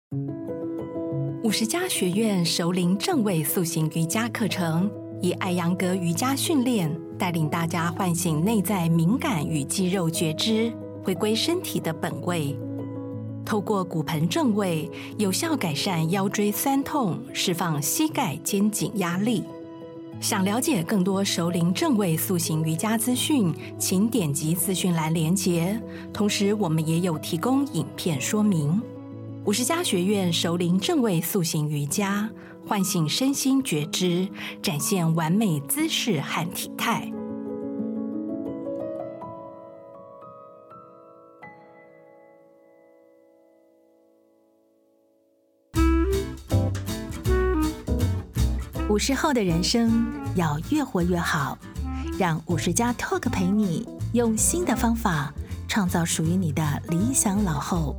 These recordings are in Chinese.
50+ 学院熟龄正位塑形瑜伽课程，以艾扬格瑜伽训练带领大家唤醒内在敏感与肌肉觉知，回归身体的本位。透过骨盆正位，有效改善腰椎酸痛，释放膝盖肩颈压力。想了解更多熟龄正位塑形瑜伽资讯，请点击资讯栏连结。同时，我们也有提供影片说明。50+ 学院熟龄正位塑形瑜伽，唤醒身心觉知，展现完美姿势和体态。50后的人生要越活越好，让50+ Talk 陪你用新的方法创造属于你的理想老后。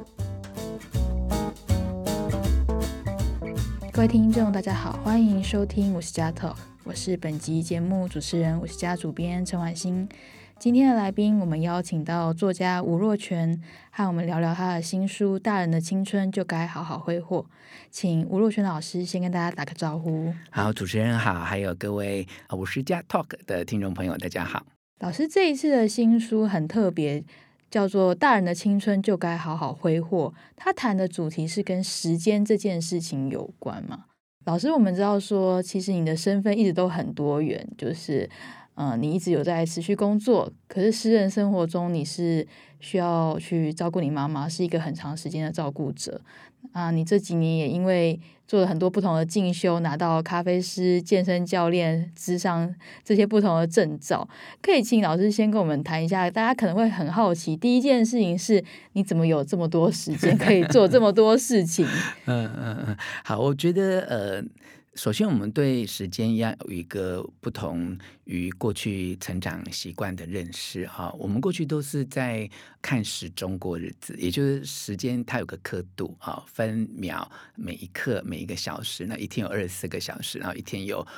各位听众大家好，欢迎收听50+ Talk， 我是本集节目主持人50+ 主编陈婉欣。今天的来宾，我们邀请到作家吴若权，和我们聊聊他的新书《大人的青春就该好好挥霍》。请吴若权老师先跟大家打个招呼。 好，主持人好，还有各位50+ Talk 的听众朋友大家好。 老师这一次的新书很特别，叫做《大人的青春就该好好挥霍》，他谈的主题是跟时间这件事情有关吗？老师，我们知道说其实你的身份一直都很多元，就是你一直有在持续工作，可是私人生活中你是需要去照顾你妈妈，是一个很长时间的照顾者啊。你这几年也因为做了很多不同的进修，拿到咖啡师、健身教练、諮商这些不同的证照。可以请老师先跟我们谈一下，大家可能会很好奇，第一件事情是你怎么有这么多时间可以做这么多事情？ 好，我觉得首先我们对时间要有一个不同于过去成长习惯的认识哈。我们过去都是在看时钟过日子，也就是时间它有个刻度啊，分秒，每一刻，每一个小时，那一天有24个小时，然后一天有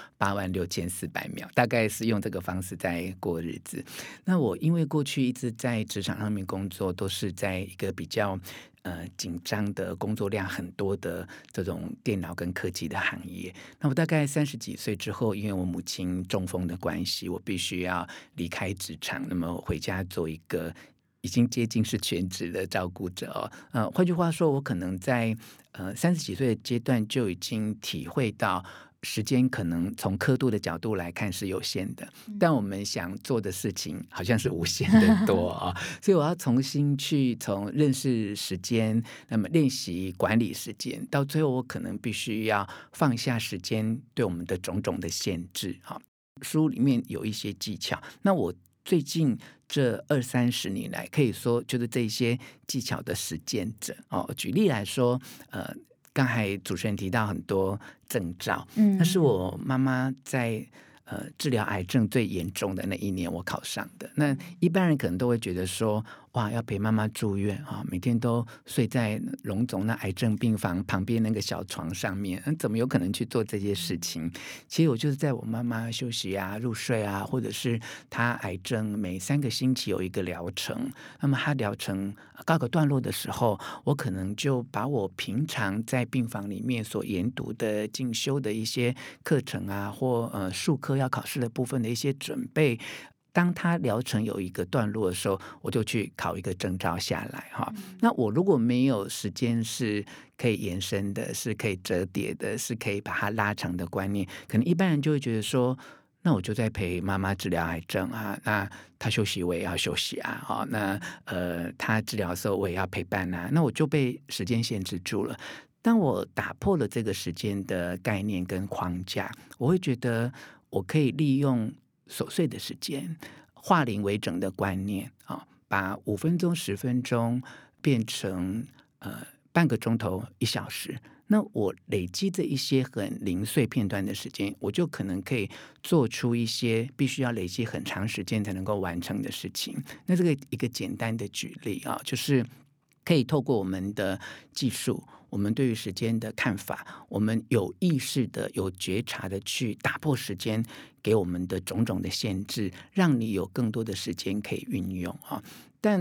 86400秒，大概是用这个方式在过日子。那我因为过去一直在职场上面工作，都是在一个比较紧张的工作量很多的这种电脑跟科技的行业。那我大概30几岁之后，因为我母亲中风的关系，我必须要离开职场，那么回家做一个已经接近是全职的照顾者哦。换句话说，我可能在30几岁的阶段就已经体会到时间可能从刻度的角度来看是有限的，但我们想做的事情好像是无限的多啊、所以我要重新去从认识时间，那么练习管理时间，到最后我可能必须要放下时间对我们的种种的限制啊。书里面有一些技巧，那我最近这20-30年来，可以说就是这些技巧的实践者哦。举例来说，刚才主持人提到很多证照，那是我妈妈在治疗癌症最严重的那一年我考上的。那一般人可能都会觉得说，哇，要陪妈妈住院啊，每天都睡在荣总那癌症病房旁边那个小床上面，怎么有可能去做这些事情？其实我就是在我妈妈休息啊、入睡啊，或者是她癌症每3个星期有一个疗程，那么她疗程告个段落的时候，我可能就把我平常在病房里面所研读的进修的一些课程啊，或术科要考试的部分的一些准备，当他疗程有一个段落的时候，我就去考一个证照下来哈。那我如果没有时间是可以延伸的，是可以折叠的，是可以把它拉长的观念，可能一般人就会觉得说，那我就在陪妈妈治疗癌症啊，那她休息我也要休息啊，哦、那她治疗的时候我也要陪伴啊，那我就被时间限制住了。当我打破了这个时间的概念跟框架，我会觉得我可以利用琐碎的时间，化零为整的观念啊，把5分钟、10分钟变成半个钟头、1小时。那我累积这一些很零碎片段的时间，我就可能可以做出一些必须要累积很长时间才能够完成的事情。那这个一个简单的举例啊，就是可以透过我们的技术，我们对于时间的看法，我们有意识的、有觉察的去打破时间给我们的种种的限制，让你有更多的时间可以运用啊。但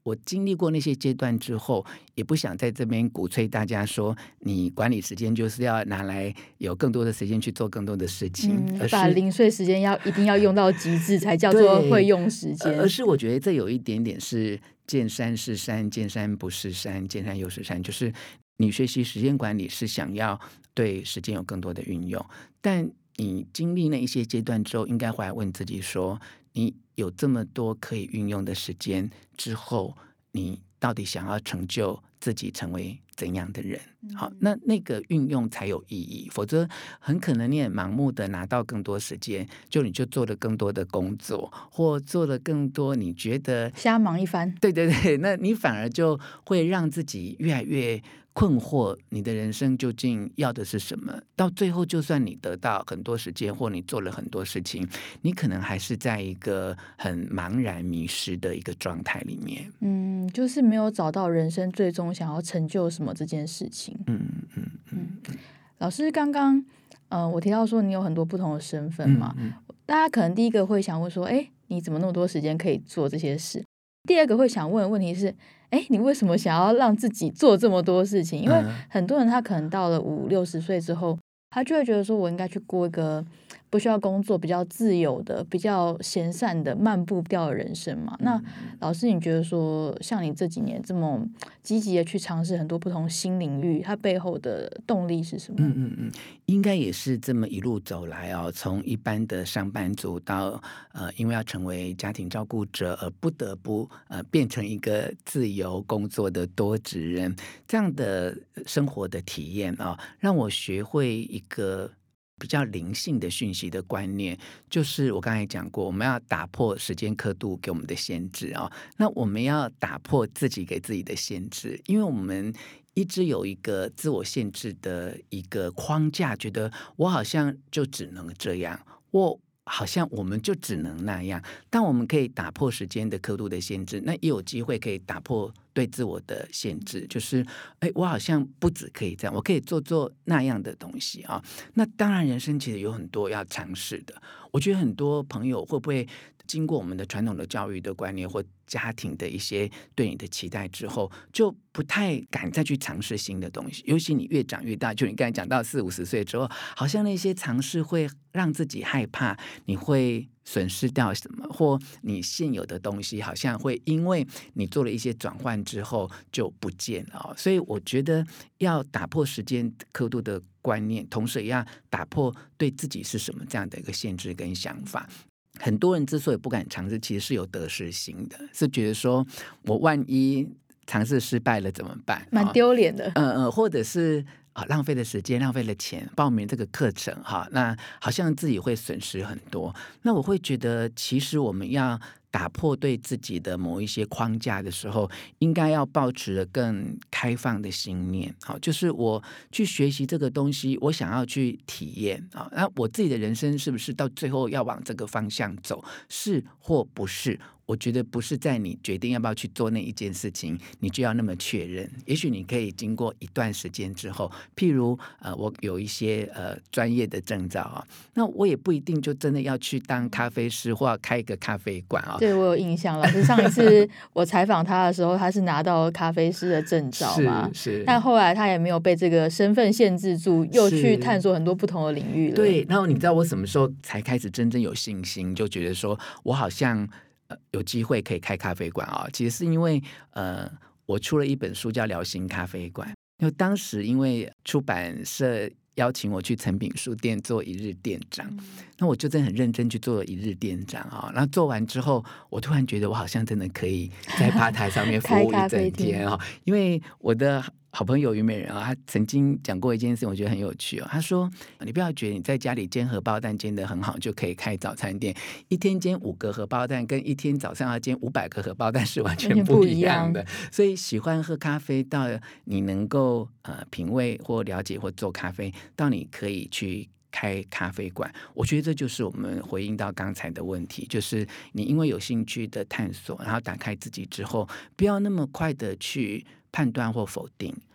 我经历过那些阶段之后，也不想在这边鼓吹大家说你管理时间就是要拿来有更多的时间去做更多的事情，而是把零碎时间一定要用到极致才叫做会用时间。 而是我觉得这有一点点是见山是山，见山不是山，见山又是山，就是你学习时间管理是想要对时间有更多的运用，但你经历那一些阶段之后，应该回来问自己说，你有这么多可以运用的时间之后，你到底想要成就自己成为怎样的人？好，那个运用才有意义，否则很可能你也盲目的拿到更多时间，你就做了更多的工作，或做了更多你觉得瞎忙一番。 对对对，那你反而就会让自己越来越困惑，你的人生究竟要的是什么？到最后，就算你得到很多时间，或你做了很多事情，你可能还是在一个很茫然迷失的一个状态里面。 就是没有找到人生最终想要成就什么这件事情。老师刚刚我提到说你有很多不同的身份嘛，大家可能第一个会想问说，你怎么那么多时间可以做这些事？第二个会想问的问题是，你为什么想要让自己做这么多事情？因为很多人他可能到了50-60岁之后，他就会觉得说我应该去过一个不需要工作、比较自由的、比较闲散的、漫步调的人生嘛。那老师，你觉得说像你这几年这么积极的去尝试很多不同新领域，它背后的动力是什么？ 应该也是这么一路走来哦，从一般的上班族到因为要成为家庭照顾者而不得不变成一个自由工作的多职人，这样的生活的体验啊，让我学会一个比较灵性的讯息的观念，就是我刚才讲过，我们要打破时间刻度给我们的限制啊，那我们要打破自己给自己的限制，因为我们一直有一个自我限制的一个框架，觉得我好像就只能这样，好像我们就只能那样。当我们可以打破时间的刻度的限制，那也有机会可以打破对自我的限制，就是我好像不只可以这样，我可以做那样的东西啊。那当然人生其实有很多要尝试的，我觉得很多朋友会不会经过我们的传统的教育的观念或家庭的一些对你的期待之后，就不太敢再去尝试新的东西，尤其你越长越大，就你刚才讲到40-50岁之后，好像那些尝试会让自己害怕你会损失掉什么，或你现有的东西好像会因为你做了一些转换之后就不见了所以我觉得要打破时间刻度的观念，同时也要打破对自己是什么这样的一个限制跟想法。很多人之所以不敢尝试，其实是有得失心的，是觉得说我万一尝试失败了怎么办？ 蛮丢脸的。 或者是浪费了时间，浪费了钱，报名这个课程那好像自己会损失很多。那我会觉得，其实我们要打破对自己的某一些框架的时候，应该要抱持了更开放的心念。就是我去学习这个东西，我想要去体验那我自己的人生是不是到最后要往这个方向走，是或不是？我觉得不是在你决定要不要去做那一件事情，你就要那么确认。也许你可以经过一段时间之后，譬如我有一些专业的证照那我也不一定就真的要去当咖啡师或要开一个咖啡馆对，我有印象，老师上一次我采访他的时候，他是拿到咖啡师的证照嘛， 是， 但后来他也没有被这个身份限制住，又去探索很多不同的领域了。 对，然后你知道我什么时候才开始真正有信心，就觉得说我好像有机会可以开咖啡馆其实是因为我出了一本书叫《聊心咖啡馆》，因为当时因为出版社邀请我去诚品书店做一日店长，那我就真的很认真去做了一日店长然后做完之后，我突然觉得我好像真的可以在吧台上面服务一整天因为我的好朋友虞美人他曾经讲过一件事，我觉得很有趣他说你不要觉得你在家里煎荷包蛋煎得很好就可以开早餐店，一天煎5个荷包蛋跟一天早上要煎500个荷包蛋是完全不一样的。所以喜欢喝咖啡到你能够品味或了解或做咖啡，到你可以去开咖啡馆，我觉得这就是我们回应到刚才的问题，就是你因为有兴趣的探索，然后打开自己之后，不要那么快的去判断或否定，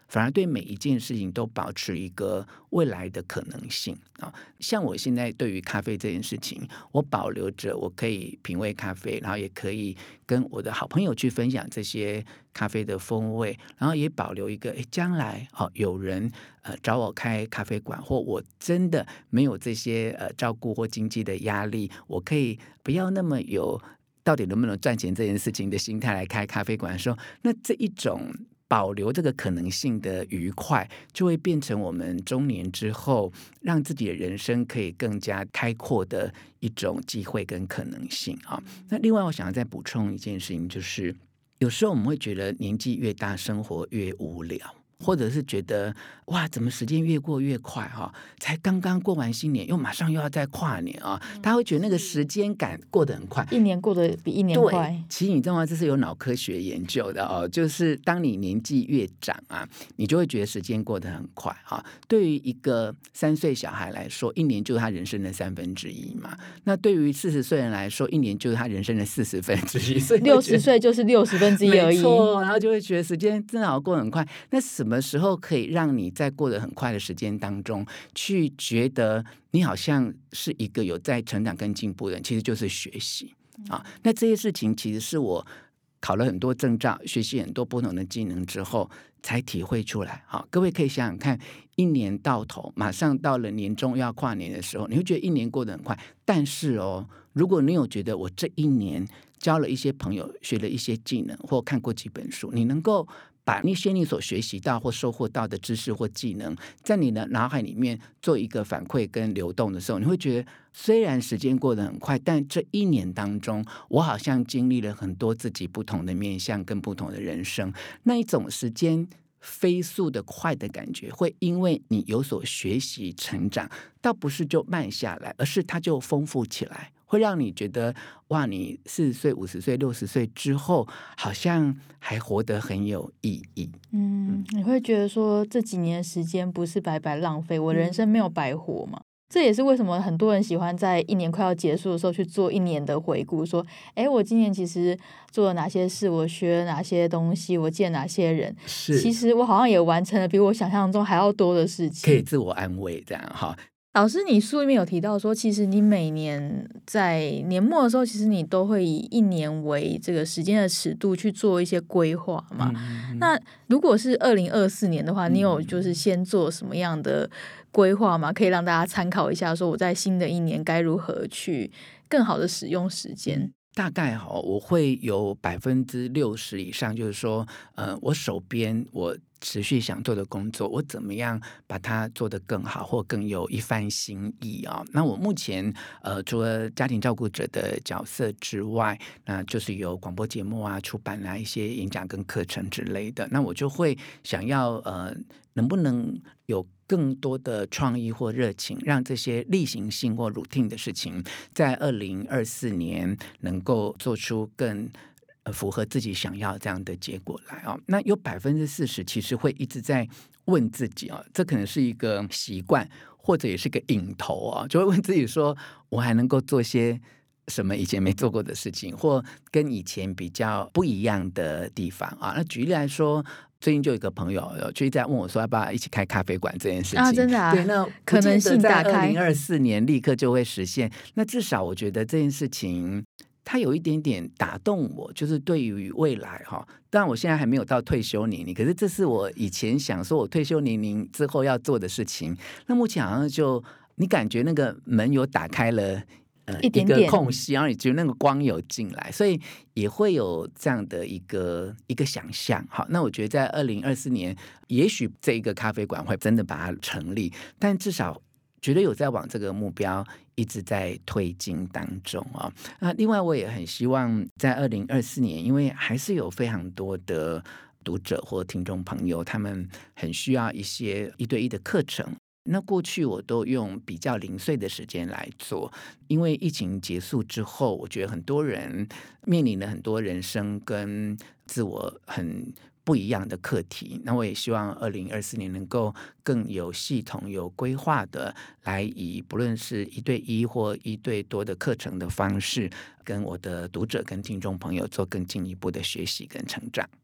反而对每一件事情都保持一个未来的可能性啊。像我现在对于咖啡这件事情，我保留着我可以品味咖啡，然后也可以跟我的好朋友去分享这些咖啡的风味，然后也保留一个将来有人找我开咖啡馆，或我真的没有这些照顾或经济的压力，我可以不要那么有到底能不能赚钱这件事情的心态来开咖啡馆的时候，那这一种保留这个可能性的愉快，就会变成我们中年之后让自己的人生可以更加开阔的一种机会跟可能性啊。那另外我想要再补充一件事情，就是有时候我们会觉得年纪越大生活越无聊，或者是觉得哇，怎么时间越过越快哈？才刚刚过完新年，又马上又要再跨年啊！大家会觉得那个时间感过得很快， 一年过得比一年快。 其实你知道吗？这是有脑科学研究的哦，就是当你年纪越长啊，你就会觉得时间过得很快啊。对于一个3岁小孩来说，一年就是他人生的1/3嘛。那对于40岁人来说，一年就是他人生的1/40，所以 60岁就是1/60而已。 没错，然后就会觉得时间真的好过得很快。那什么时候可以让你在过得很快的时间当中，去觉得你好像是一个有在成长跟进步的人？其实就是学习啊。那这些事情其实是我考了很多证照，学习很多不同的技能之后才体会出来。好，各位可以想想看，一年到头，马上到了年终要跨年的时候，你会觉得一年过得很快。但是如果你有觉得我这一年交了一些朋友，学了一些技能，或看过几本书，你能够把那些你所学习到或收获到的知识或技能，在你的脑海里面做一个反馈跟流动的时候，你会觉得虽然时间过得很快，但这一年当中，我好像经历了很多自己不同的面向跟不同的人生。那一种时间飞速的快的感觉，会因为你有所学习成长，倒不是就慢下来，而是它就丰富起来，会让你觉得哇，你40岁、50岁、60岁之后，好像还活得很有意义。 你会觉得说这几年的时间不是白白浪费，我人生没有白活嘛？这也是为什么很多人喜欢在一年快要结束的时候去做一年的回顾，说我今年其实做了哪些事，我学了哪些东西，我见哪些人，其实我好像也完成了比我想象中还要多的事情， 可以自我安慰这样哈。 老师，你书里面有提到说，其实你每年在年末的时候，其实你都会以一年为这个时间的尺度去做一些规划嘛。那如果是2024年的话，你有就是先做什么样的规划吗？可以让大家参考一下，说我在新的一年该如何去更好的使用时间。 大概我会有60%以上，就是说，我手边我持续想做的工作，我怎么样把它做得更好，或更有一番心意啊？那我目前除了家庭照顾者的角色之外，那就是有广播节目啊、出版啊、一些演讲跟课程之类的。那我就会想要能不能有更多的创意或热情，让这些例行性或 routine 的事情，在2024年能够做出更符合自己想要这样的结果来啊。那有40%其实会一直在问自己啊，这可能是一个习惯，或者也是个瘾头啊，就会问自己说，我还能够做些什么以前没做过的事情，或跟以前比较不一样的地方啊。那举例来说，最近就有一个朋友就一直在问我说要不要一起开咖啡馆这件事情真的啊？ 对，那可能性大开 ，2024年立刻就会实现。那至少我觉得这件事情它有一点点打动我，就是对于未来当然我现在还没有到退休年龄，可是这是我以前想说我退休年龄之后要做的事情。那目前好像就你感觉那个门有打开了一点点一个空隙，然后你觉得那个光有进来，所以也会有这样的一个想象。好，那我觉得在2024年，也许这一个咖啡馆会真的把它成立，但至少觉得有在往这个目标一直在推进当中啊。那另外我也很希望在2024年，因为还是有非常多的读者或听众朋友，他们很需要一些1对1的课程。那过去我都用比较零碎的时间来做，因为疫情结束之后，我觉得很多人面临了很多人生跟自我很不一样的课题。那我也希望2024年能够更有系统、有规划的来以不论是1对1或1对多的课程的方式，跟我的读者跟听众朋友做更进一步的学习跟成长。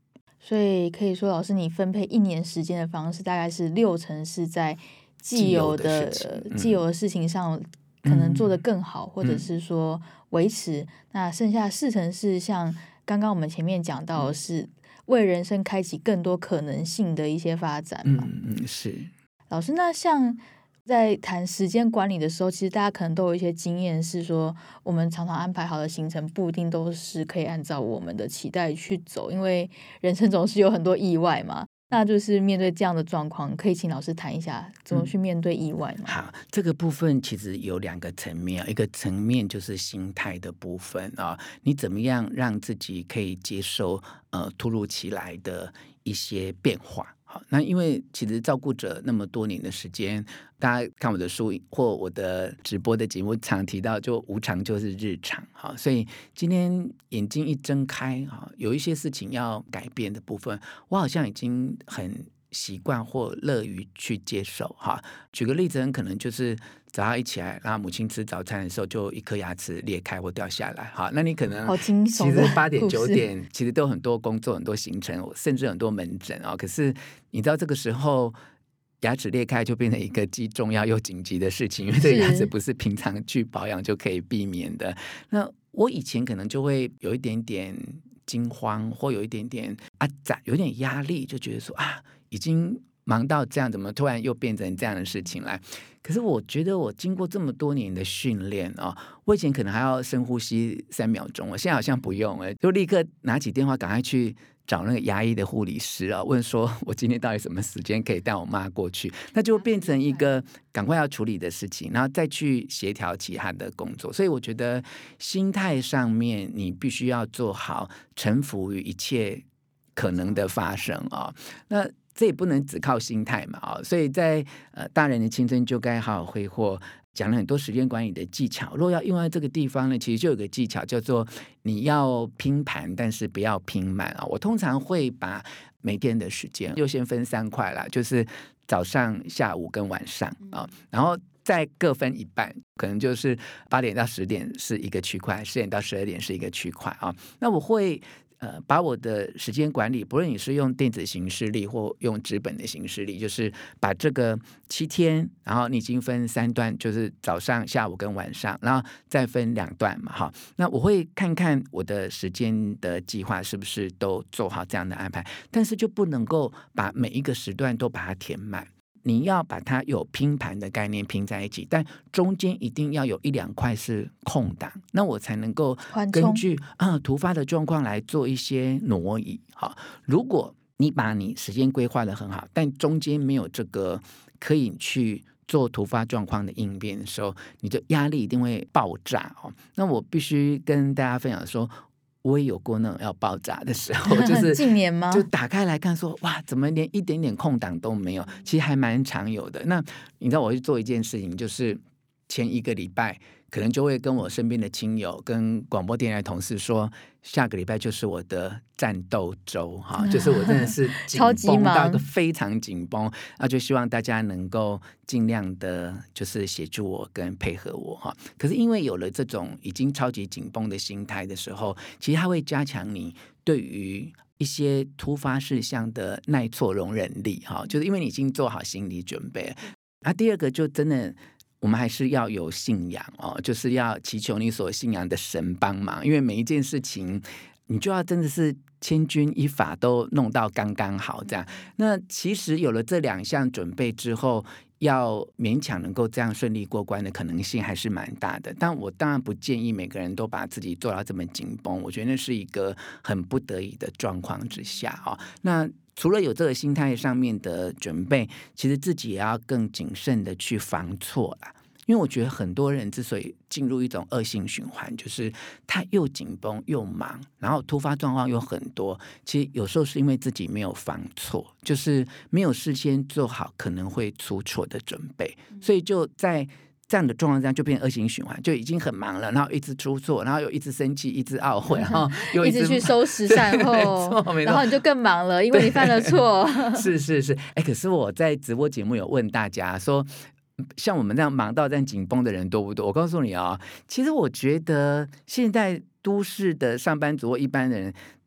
所以可以说，老师你分配1年时间的方式，大概是60%是在既有的事情上可能做得更好，或者是说维持，那剩下40%是像刚刚我们前面讲到的是为人生开启更多可能性的一些发展嘛。 是。 老师，那像在谈时间管理的时候，其实大家可能都有一些经验，是说我们常常安排好的行程不一定都是可以按照我们的期待去走，因为人生总是有很多意外嘛。那就是面对这样的状况，可以请老师谈一下怎么去面对意外吗？ 好，这个部分其实有2个层面，一个层面就是心态的部分啊，你怎么样让自己可以接受突如其来的一些变化。好，那因为其实照顾者那么多年的时间，大家看我的书或我的直播的节目常提到，就无常就是日常。好，所以今天眼睛一睁开，有一些事情要改变的部分，我好像已经很习惯或乐于去接受。举个例子，很可能就是早上一起来，然后母亲吃早餐的时候，就一颗牙齿裂开或掉下来。好，那你可能好惊悚的其实8点9点其实都很多工作、很多行程，甚至很多门诊。可是你知道这个时候牙齿裂开就变成一个既重要又紧急的事情，因为这个牙齿不是平常去保养就可以避免的。那我以前可能就会有一点点惊慌，或有一点点有点压力，就觉得说已经忙到这样，怎么突然又变成这样的事情来？可是我觉得我经过这么多年的训练我以前可能还要深呼吸3秒钟，我现在好像不用就立刻拿起电话赶快去找那个牙医的护理师问说我今天到底什么时间可以带我妈过去，那就变成一个赶快要处理的事情，然后再去协调其他的工作。所以我觉得心态上面你必须要做好臣服于一切可能的发生那这也不能只靠心态嘛所以在大人的青春就该好好挥霍，讲了很多时间管理的技巧。如果要用在这个地方呢，其实就有个技巧叫做你要拼盘，但是不要拼满我通常会把每天的时间就先分3块啦，就是早上、下午跟晚上然后再各分一半，可能就是8点到10点是一个区块，10点到12点是一个区块那我会把我的时间管理，不论你是用电子行事历或用纸本的行事历，就是把这个7天，然后你已经分3段，就是早上、下午跟晚上，然后再分2段嘛那我会看看我的时间的计划是不是都做好这样的安排，但是就不能够把每一个时段都把它填满。你要把它有拼盘的概念拼在一起，但中间一定要有1-2块是空档，那我才能够根据突发的状况来做一些挪移如果你把你时间规划得很好，但中间没有这个可以去做突发状况的应变的时候，你的压力一定会爆炸那我必须跟大家分享说，我也有过那种要爆炸的时候，就是近年吗？ 就打开来看说，哇，怎么连一点点空档都没有？其实还蛮常有的。那你知道我去做一件事情，就是前1个礼拜可能就会跟我身边的亲友跟广播电台同事说，下个礼拜就是我的战斗周就是我真的是紧绷到一个非常紧绷那就希望大家能够尽量的就是协助我跟配合我可是因为有了这种已经超级紧绷的心态的时候，其实它会加强你对于一些突发事项的耐挫容忍力就是因为你已经做好心理准备了第二个就真的我们还是要有信仰就是要祈求你所信仰的神帮忙，因为每一件事情你就要真的是千钧一发都弄到刚刚好这样。那其实有了这2项准备之后，要勉强能够这样顺利过关的可能性还是蛮大的，但我当然不建议每个人都把自己做到这么紧绷，我觉得那是一个很不得已的状况之下那除了有这个心态上面的准备，其实自己也要更谨慎的去防错啦。因为我觉得很多人之所以进入一种恶性循环，就是他又紧绷又忙，然后突发状况又很多，其实有时候是因为自己没有防错，就是没有事先做好可能会出错的准备，所以就在这样的状况下就变成恶性循环，就已经很忙了，然后一直出错，然后又一直生气，一直懊悔，然后又一直去收拾善后然后你就更忙了，因为你犯了错是可是我在直播节目有问大家说，像我们这样忙到这样紧绷的人多不多？我告诉你其实我觉得现在都市的上班族或一般的人，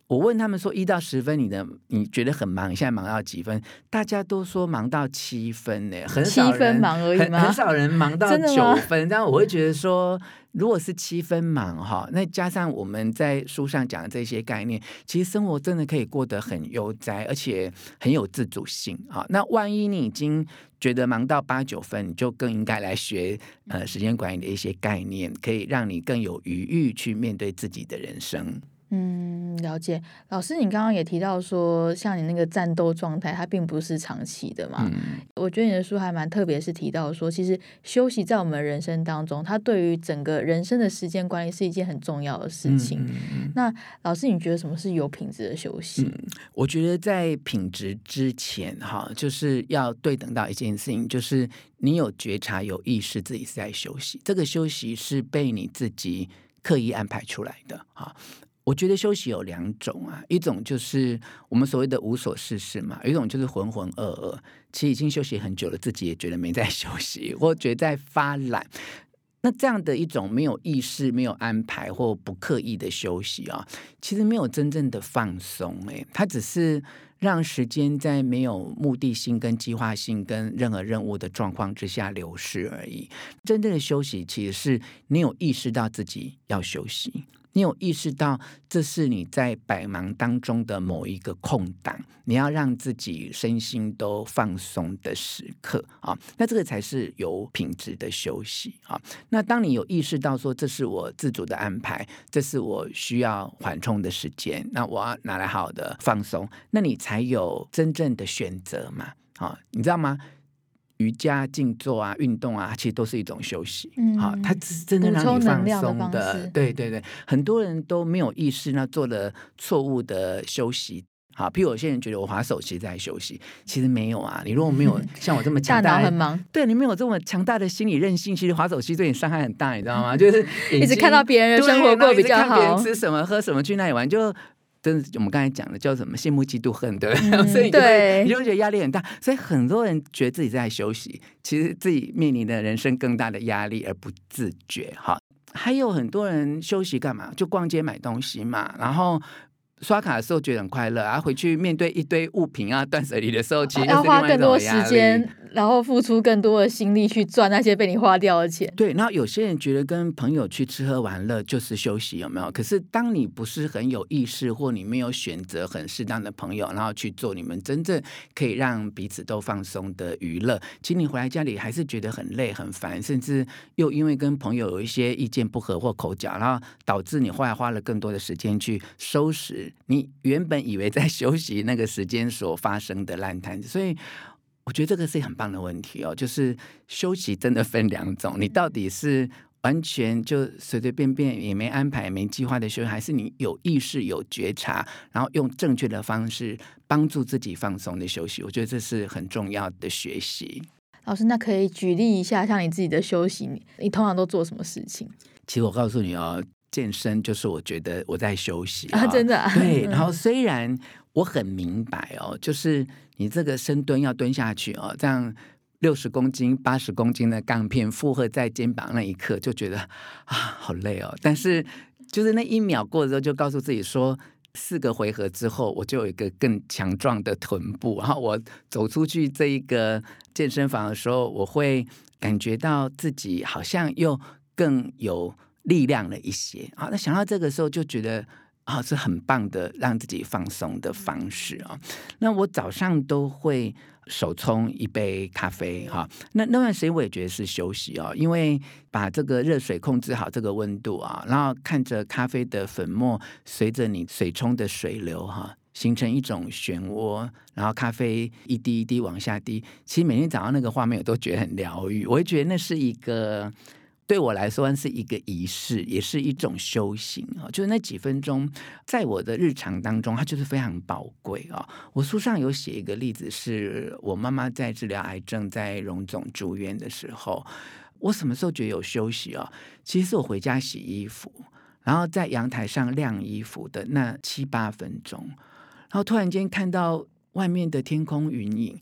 我问他们说1到10分，你觉得很忙，你现在忙到几分？大家都说忙到7分呢，很少人 7分忙而已吗？ 很少人忙到9分。但我会觉得说，如果是7分忙哈，那加上我们在书上讲的这些概念，其实生活真的可以过得很悠哉，而且很有自主性啊。那万一你已经觉得忙到8、9分，你就更应该来学时间管理的一些概念，可以让你更有余裕去面对自己的人生。 了解。老师，你刚刚也提到说，像你那个战斗状态，它并不是长期的嘛。我觉得你的书还蛮特别，是提到说，其实休息在我们人生当中，它对于整个人生的时间管理是一件很重要的事情。那老师，你觉得什么是有品质的休息？ 我觉得在品质之前哈，就是要对等到一件事情，就是你有觉察、有意识自己是在休息，这个休息是被你自己刻意安排出来的哈。我觉得休息有2种啊，一种就是我们所谓的无所事事嘛，有一种就是浑浑噩噩，其实已经休息很久了，自己也觉得没在休息，或觉得在发懒。那这样的一种没有意识、没有安排或不刻意的休息啊，其实没有真正的放松，它只是让时间在没有目的性、跟计划性、跟任何任务的状况之下流逝而已。真正的休息，其实是你有意识到自己要休息。你有意识到这是你在百忙当中的某一个空档，你要让自己身心都放松的时刻啊，那这个才是有品质的休息啊。那当你有意识到说这是我自主的安排，这是我需要缓冲的时间，那我要拿来好好的放松，那你才有真正的选择嘛。你知道吗？瑜伽、静坐啊、运动啊，其实都是一种休息。它是真的让你放松的。对对对，很多人都没有意识，那做了错误的休息。好，譬如有些人觉得我滑手机在休息，其实没有啊。你如果没有像我这么强大的大脑很忙， 对，你没有这么强大的心理韧性，其实滑手机对你伤害很大，你知道吗？就是一直看到别人的生活过比较好， 别人吃什么、喝什么、去哪里玩，就。真的，我们刚才讲的叫什么羡慕嫉妒恨，对不对？所以你就会觉得压力很大。所以很多人觉得自己在休息，其实自己面临的人生更大的压力而不自觉。还有很多人休息干嘛？就逛街买东西嘛，然后刷卡的时候觉得很快乐，然后回去面对一堆物品啊、断舍离的时候，其实要花更多时间，然后付出更多的心力去赚那些被你花掉的钱。 对，然后有些人觉得跟朋友去吃喝玩乐就是休息，有没有？可是当你不是很有意识，或你没有选择很适当的朋友，然后去做你们真正可以让彼此都放松的娱乐，其实你回来家里还是觉得很累很烦，甚至又因为跟朋友有一些意见不合或口角，然后导致你后来花了更多的时间去收拾你原本以为在休息那个时间所发生的烂摊子。所以我觉得这个是很棒的问题哦，就是休息真的分2种，你到底是完全就随随便便也没安排没计划的休息，还是你有意识有觉察，然后用正确的方式帮助自己放松的休息。我觉得这是很重要的学习。 老师，那可以举例一下，像你自己的休息，你通常都做什么事情？ 其实我告诉你哦，健身就是我觉得我在休息真的对。然后虽然我很明白哦，就是你这个深蹲要蹲下去哦，这样60公斤、80公斤的杠片负荷在肩膀那一刻，就觉得好累哦。但是就是那1秒过了之后，就告诉自己说，4个回合之后，我就有一个更强壮的臀部。然后我走出去这一个健身房的时候，我会感觉到自己好像又更有力量了一些。那想到这个时候就觉得是很棒的让自己放松的方式。那我早上都会手冲一杯咖啡。那段时间我也觉得是休息因为把这个热水控制好这个温度然后看着咖啡的粉末随着你水冲的水流形成一种漩涡，然后咖啡一滴一滴往下滴，其实每天早上那个画面我都觉得很疗愈。我会觉得那是一个对我来说是一个仪式，也是一种修行。就是那几分钟在我的日常当中它就是非常宝贵。我书上有写一个例子，是我妈妈在治疗癌症在荣总住院的时候，我什么时候觉得有休息其实是我回家洗衣服，然后在阳台上晾衣服的那7-8分钟，然后突然间看到外面的天空云影，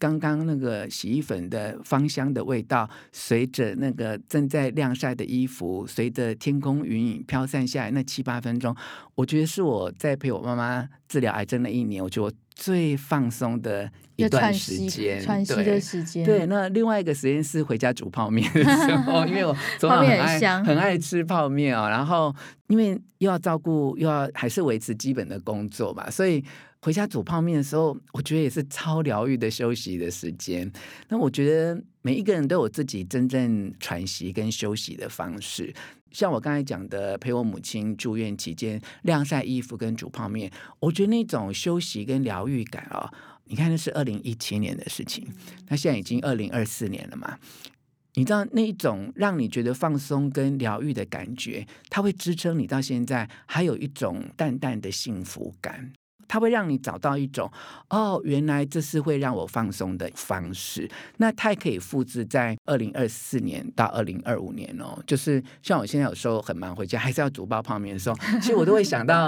刚刚那个洗衣粉的芳香的味道，随着那个正在晾晒的衣服，随着天空云影飘散下来那7-8分钟，我觉得是我在陪我妈妈治疗癌症的1年，我觉得我最放松的一段时间， 喘息的时间。 对，那另外一个时间是回家煮泡面的时候，因为我从小很爱吃泡面哦，然后因为又要照顾，又要还是维持基本的工作嘛，所以回家煮泡面的时候，我觉得也是超疗愈的休息的时间。那我觉得每一个人都有自己真正喘息跟休息的方式。像我刚才讲的，陪我母亲住院期间晾晒衣服跟煮泡面，我觉得那种休息跟疗愈感哦，你看那是2017年的事情，那现在已经2024年了嘛。你知道那一种让你觉得放松跟疗愈的感觉，它会支撑你到现在，还有一种淡淡的幸福感。它会让你找到一种原来这是会让我放松的方式。那它也可以复制在2024年到2025年哦。就是像我现在有时候很忙，回家还是要煮包泡面的时候，其实我都会想到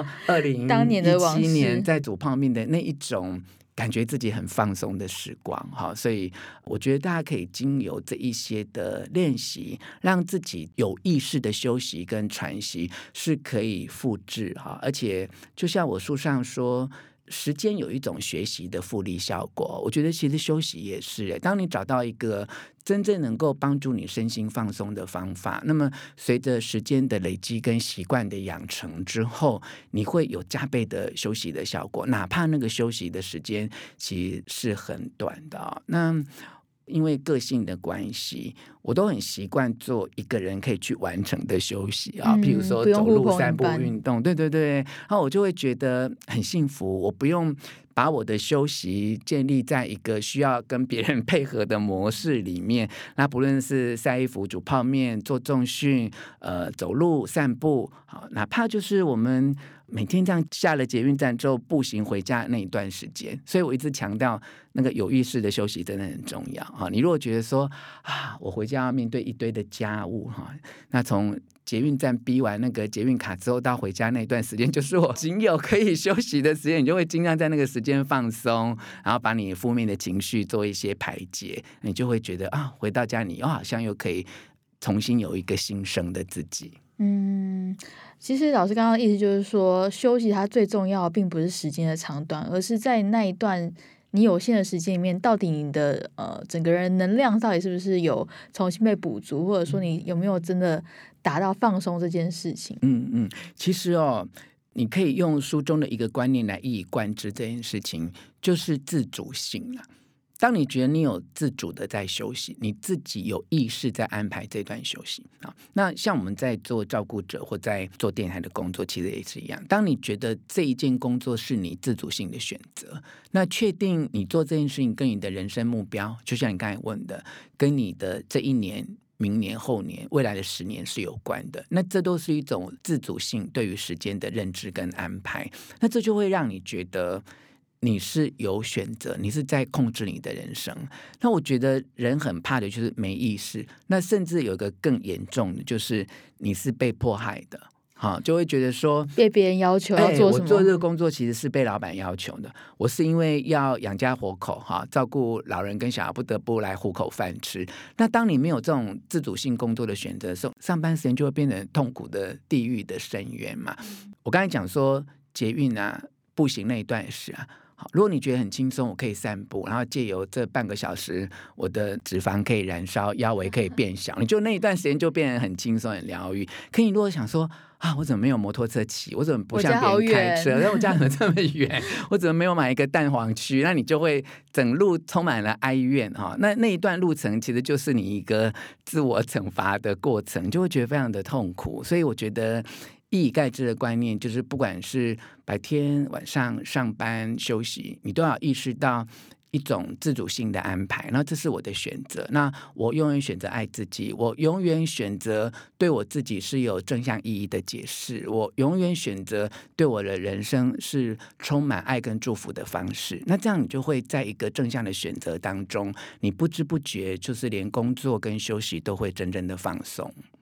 2017年在煮泡面的那一种感觉自己很放松的时光。所以我觉得大家可以经由这一些的练习，让自己有意识的休息跟喘息是可以复制。而且就像我书上说，时间有一种学习的复利效果，我觉得其实休息也是。当你找到一个真正能够帮助你身心放松的方法，那么随着时间的累积跟习惯的养成之后，你会有加倍的休息的效果，哪怕那个休息的时间其实是很短的。那因为个性的关系，我都很习惯做一个人可以去完成的休息譬如说走路、散步、运动，对，然后我就会觉得很幸福，我不用把我的休息建立在一个需要跟别人配合的模式里面。那不论是晒衣服、煮泡面、做重训、走路、散步，哪怕就是我们每天这样下了捷运站之后步行回家那一段时间。所以我一直强调那个有意识的休息真的很重要。你如果觉得说我回家要面对一堆的家务，那从捷运站逼完那个捷运卡之后到回家那段时间，就是我仅有可以休息的时间，你就会尽量在那个时间放松，然后把你负面的情绪做一些排解，你就会觉得回到家你好像又可以重新有一个新生的自己。 其实老师刚刚的意思就是说，休息它最重要的并不是时间的长短，而是在那一段你有限的时间里面，到底你的整个人能量到底是不是有重新被补足，或者说你有没有真的达到放松这件事情。 其实你可以用书中的一个观念来一以贯之这件事情，就是自主性啦。当你觉得你有自主的在休息，你自己有意识在安排这段休息那像我们在做照顾者或在做电台的工作，其实也是一样。当你觉得这一件工作是你自主性的选择，那确定你做这件事情跟你的人生目标，就像你刚才问的，跟你的这1年、明年、后年、未来的10年是有关的，那这都是一种自主性对于时间的认知跟安排。那这就会让你觉得你是有选择，你是在控制你的人生。那我觉得人很怕的就是没意识，那甚至有一个更严重的，就是你是被迫害的。就会觉得说被别人要求要做什么。 我做这个工作其实是被老板要求的，我是因为要养家活口照顾老人跟小孩，不得不来糊口饭吃。那当你没有这种自主性工作的选择的时候，上班时间就会变成痛苦的地狱的深渊嘛。我刚才讲说捷运步行那一段也是如果你觉得很轻松，我可以散步，然后借由这半个小时我的脂肪可以燃烧，腰围可以变小，你就那一段时间就变得很轻松很疗愈。可你如果想说我怎么没有摩托车骑，我怎么不像别人开车，我家怎么这么远我怎么没有买一个蛋黄区，那你就会整路充满了哀怨那一段路程其实就是你一个自我惩罚的过程，就会觉得非常的痛苦。所以我觉得一以概之的观念就是，不管是白天晚上上班休息，你都要意识到一种自主性的安排。那这是我的选择，那我永远选择爱自己，我永远选择对我自己是有正向意义的解释，我永远选择对我的人生是充满爱跟祝福的方式。那这样你就会在一个正向的选择当中，你不知不觉就是连工作跟休息都会真正的放松。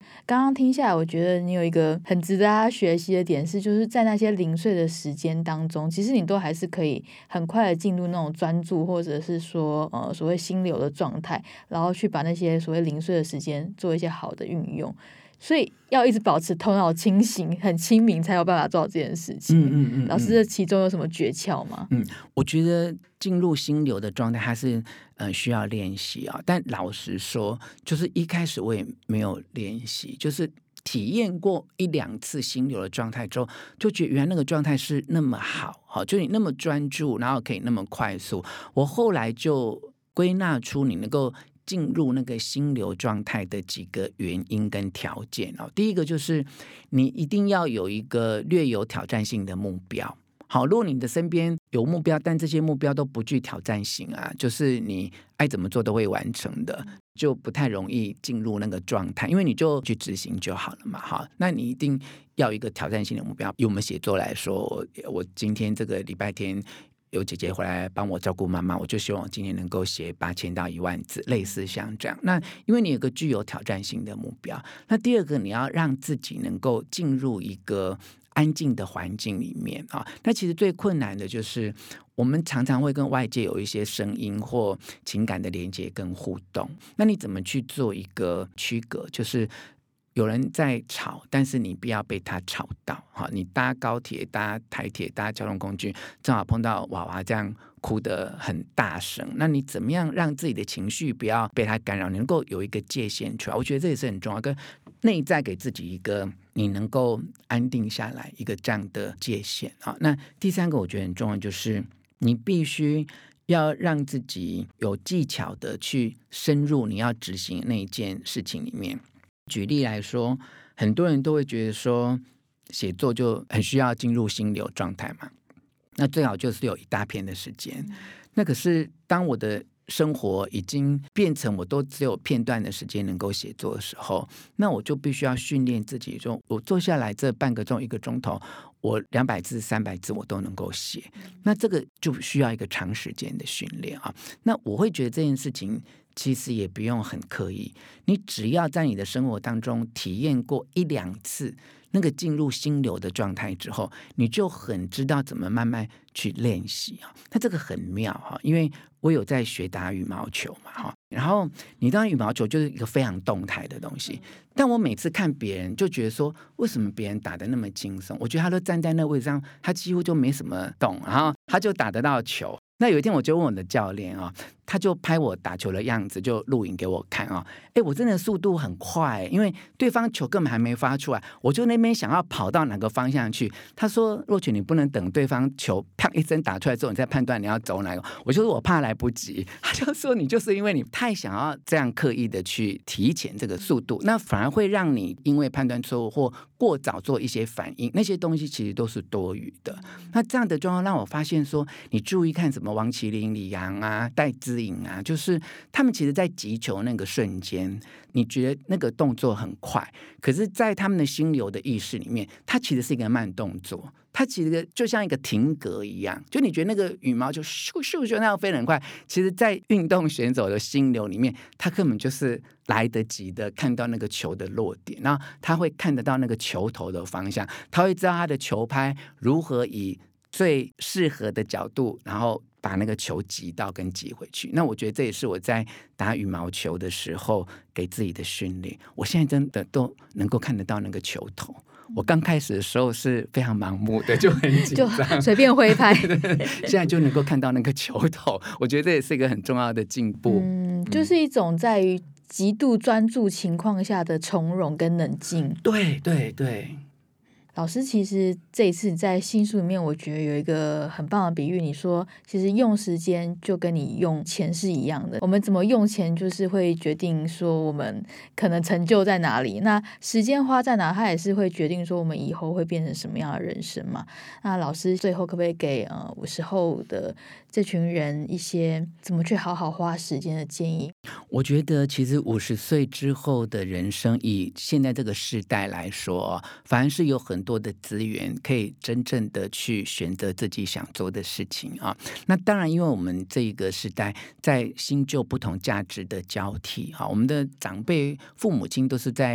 刚刚听下来，我觉得你有一个很值得大家学习的点是，就是在那些零碎的时间当中，其实你都还是可以很快的进入那种专注，或者是说所谓心流的状态，然后去把那些所谓零碎的时间做一些好的运用。所以要一直保持头脑清醒、很清明，才有办法做到这件事情。老师，这其中有什么诀窍吗？ 我觉得进入心流的状态，它是需要练习啊。但老实说，就是一开始我也没有练习，就是体验过1、2次心流的状态之后，就觉得原来那个状态是那么好，就你那么专注，然后可以那么快速。我后来就归纳出你能够进入那个心流状态的几个原因跟条件。第一个就是你一定要有一个略有挑战性的目标。好，如果你的身边有目标，但这些目标都不具挑战性啊，就是你爱怎么做都会完成的，就不太容易进入那个状态，因为你就去执行就好了嘛。好，那你一定要有一个挑战性的目标。以我们写作来说，我今天这个礼拜天有姐姐回来帮我照顾妈妈，我就希望我今天能够写8000到1万字，类似像这样。那因为你有个具有挑战性的目标，那第二个你要让自己能够进入一个安静的环境里面啊。那其实最困难的就是我们常常会跟外界有一些声音或情感的连接跟互动，那你怎么去做一个区隔，就是有人在吵，但是你不要被他吵到。你搭高铁、搭台铁、搭交通工具，正好碰到娃娃这样哭得很大声，那你怎么样让自己的情绪不要被他干扰，你能够有一个界限出来？我觉得这也是很重要，跟内在给自己一个你能够安定下来一个这样的界限。那第三个我觉得很重要，就是你必须要让自己有技巧的去深入你要执行那一件事情里面。举例来说，很多人都会觉得说写作就很需要进入心流状态嘛，那最好就是有一大片的时间。那可是当我的生活已经变成我都只有片段的时间能够写作的时候，那我就必须要训练自己说，我坐下来这半个钟1个钟头，我200字300字我都能够写。那这个就需要一个长时间的训练啊。那我会觉得这件事情其实也不用很刻意，你只要在你的生活当中体验过1、2次那个进入心流的状态之后，你就很知道怎么慢慢去练习。那这个很妙，因为我有在学打羽毛球嘛，然后你当然羽毛球就是一个非常动态的东西，但我每次看别人就觉得说，为什么别人打得那么轻松？我觉得他都站在那位置上，他几乎就没什么动，然后他就打得到球。那有一天我就问我的教练他就拍我打球的样子，就录影给我看我真的速度很快，因为对方球根本还没发出来，我就那边想要跑到哪个方向去。他说若权你不能等对方球啪一声打出来之后你再判断你要走哪个。我就说我怕来不及。他就说你就是因为你太想要这样刻意的去提前这个速度，那反而会让你因为判断错误或过早做一些反应，那些东西其实都是多余的。那这样的状况让我发现说，你注意看什么王麒麟、李阳啊、戴资颖啊，就是他们其实在击球那个瞬间，你觉得那个动作很快，可是在他们的心流的意识里面，它其实是一个慢动作，它其实就像一个停格一样，就你觉得那个羽毛就咻咻咻那样飞得很快，其实在运动选手的心流里面，他根本就是来得及的看到那个球的落点，然后他会看得到那个球头的方向，他会知道他的球拍如何以最适合的角度，然后把那个球击到跟击回去。那我觉得这也是我在打羽毛球的时候给自己的训练。我现在真的都能够看得到那个球头。我刚开始的时候是非常盲目的，就很紧张， 就随便挥拍。 现在就能够看到那个球头，我觉得这也是一个很重要的进步。 就是一种在于极度专注情况下的从容跟冷静。 对对对。 老师其实这一次在新书里面，我觉得有一个很棒的比喻，你说其实用时间就跟你用钱是一样的，我们怎么用钱就是会决定说我们可能成就在哪里，那时间花在哪，它也是会决定说我们以后会变成什么样的人生嘛。那老师最后可不可以给50后的这群人一些怎么去好好花时间的建议？ 我觉得其实50岁之后的人生，以现在这个时代来说，反而是有很多的资源可以真正的去选择自己想做的事情啊。那当然因为我们这一个时代在新旧不同价值的交替，我们的长辈父母亲都是在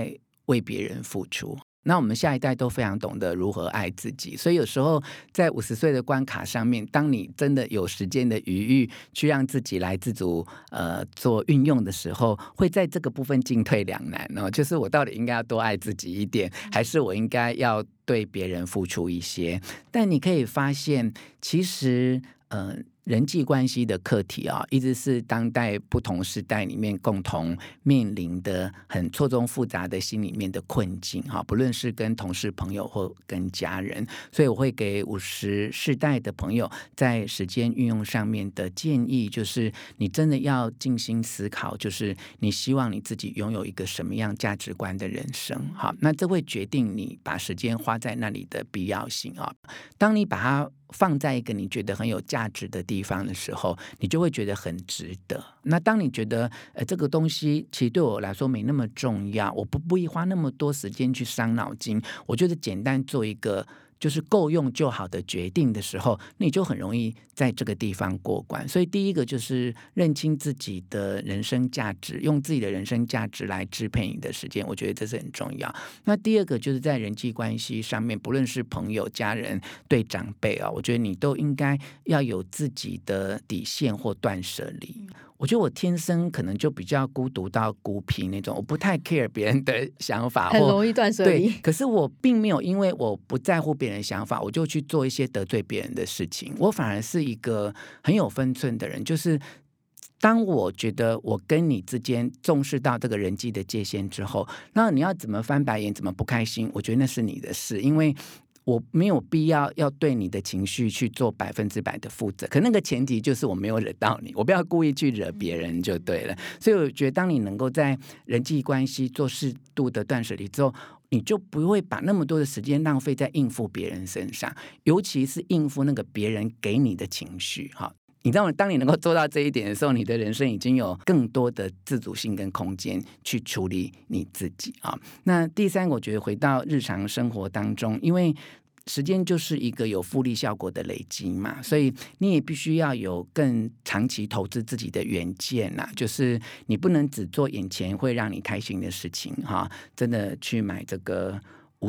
为别人付出。那我们下一代都非常懂得如何爱自己，所以有时候在50岁的关卡上面，当你真的有时间的余裕去让自己来自主做运用的时候，会在这个部分进退两难哦。就是我到底应该要多爱自己一点，还是我应该要对别人付出一些？但你可以发现，其实人际关系的课题啊，一直是当代不同时代里面共同面临的很错综复杂的心里面的困境哈，不论是跟同事朋友或跟家人。所以我会给50世代的朋友在时间运用上面的建议，就是你真的要静心思考，就是你希望你自己拥有一个什么样价值观的人生。好，那这会决定你把时间花在那里的必要性啊。当你把它放在一个你觉得很有价值的地方的时候，你就会觉得很值得。那当你觉得这个东西其实对我来说没那么重要，我不必花那么多时间去伤脑筋，我觉得简单做一个就是够用就好的决定的时候，你就很容易在这个地方过关。所以第一个就是认清自己的人生价值，用自己的人生价值来支配你的时间，我觉得这是很重要。那第二个就是在人际关系上面，不论是朋友、家人、对长辈啊，我觉得你都应该要有自己的底线或断舍离。我觉得我天生可能就比较孤独到孤僻那种，我不太 care 别人的想法， 很容易断舍离。 对，可是我并没有因为我不在乎别人的想法，我就去做一些得罪别人的事情。我反而是一个很有分寸的人，就是当我觉得我跟你之间重视到这个人际的界限之后，那你要怎么翻白眼，怎么不开心，我觉得那是你的事，因为我没有必要对你的情绪去做100%的负责，可那个前提就是我没有惹到你，我不要故意去惹别人就对了。所以我觉得当你能够在人际关系做适度的断舍离之后，你就不会把那么多的时间浪费在应付别人身上，尤其是应付那个别人给你的情绪。你知道吗？当你能够做到这一点的时候，你的人生已经有更多的自主性跟空间去处理你自己啊。那第三个，我觉得回到日常生活当中，因为时间就是一个有复利效果的累积嘛，所以你也必须要有更长期投资自己的远见啊，就是你不能只做眼前会让你开心的事情哈，真的去买这个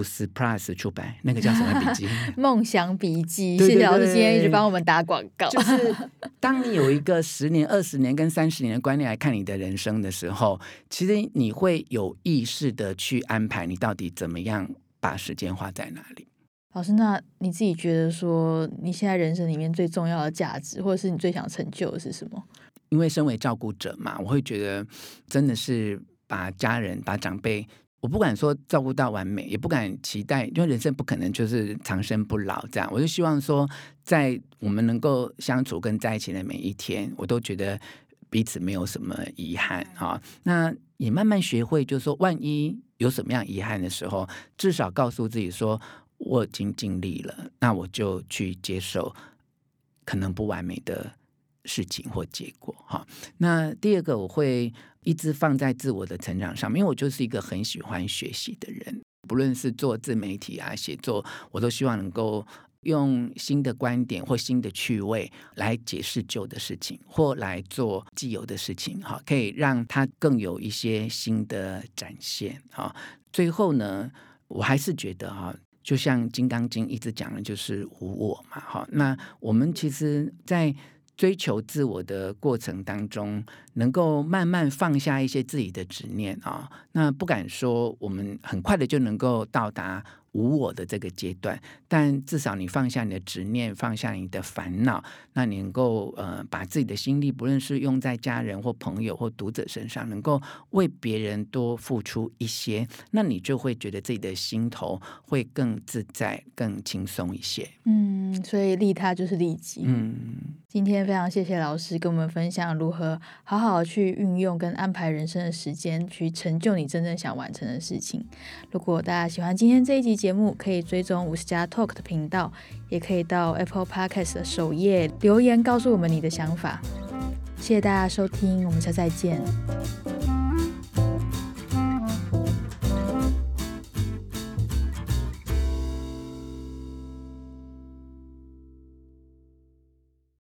50+ 出版那个叫什么笔记？ 梦想笔记。 对对对， 谢谢老师今天一直帮我们打广告。 就是当你有一个10年、20年跟30年的观念来看你的人生的时候，其实你会有意识的去安排你到底怎么样把时间花在哪里。 老师，那你自己觉得说你现在人生里面最重要的价值，或者是你最想成就的是什么？ 因为身为照顾者嘛，我会觉得真的是把家人、把长辈，我不敢说照顾到完美，也不敢期待，因为人生不可能就是长生不老这样。我就希望说，在我们能够相处跟在一起的每一天，我都觉得彼此没有什么遗憾啊。那也慢慢学会，就是说，万一有什么样遗憾的时候，至少告诉自己说，我已经尽力了，那我就去接受可能不完美的事情或结果。那第二个，我会一直放在自我的成长上面，因为我就是一个很喜欢学习的人，不论是做自媒体啊、写作，我都希望能够用新的观点或新的趣味来解释旧的事情，或来做既有的事情，可以让它更有一些新的展现。最后呢，我还是觉得就像《金刚经》一直讲的就是无我嘛。那我们其实在追求自我的过程当中，能够慢慢放下一些自己的执念啊，那不敢说我们很快的就能够到达无我的这个阶段，但至少你放下你的执念，放下你的烦恼，那你能够把自己的心力，不论是用在家人或朋友或读者身上，能够为别人多付出一些，那你就会觉得自己的心头会更自在、更轻松一些。 所以利他就是利己。今天非常谢谢老师跟我们分享如何好好去运用跟安排人生的时间，去成就你真正想完成的事情。如果大家喜欢今天这一集节目，可以追踪50+ Talk 的频道，也可以到 Apple Podcast 的首页留言告诉我们你的想法。谢谢大家收听，我们下次再见。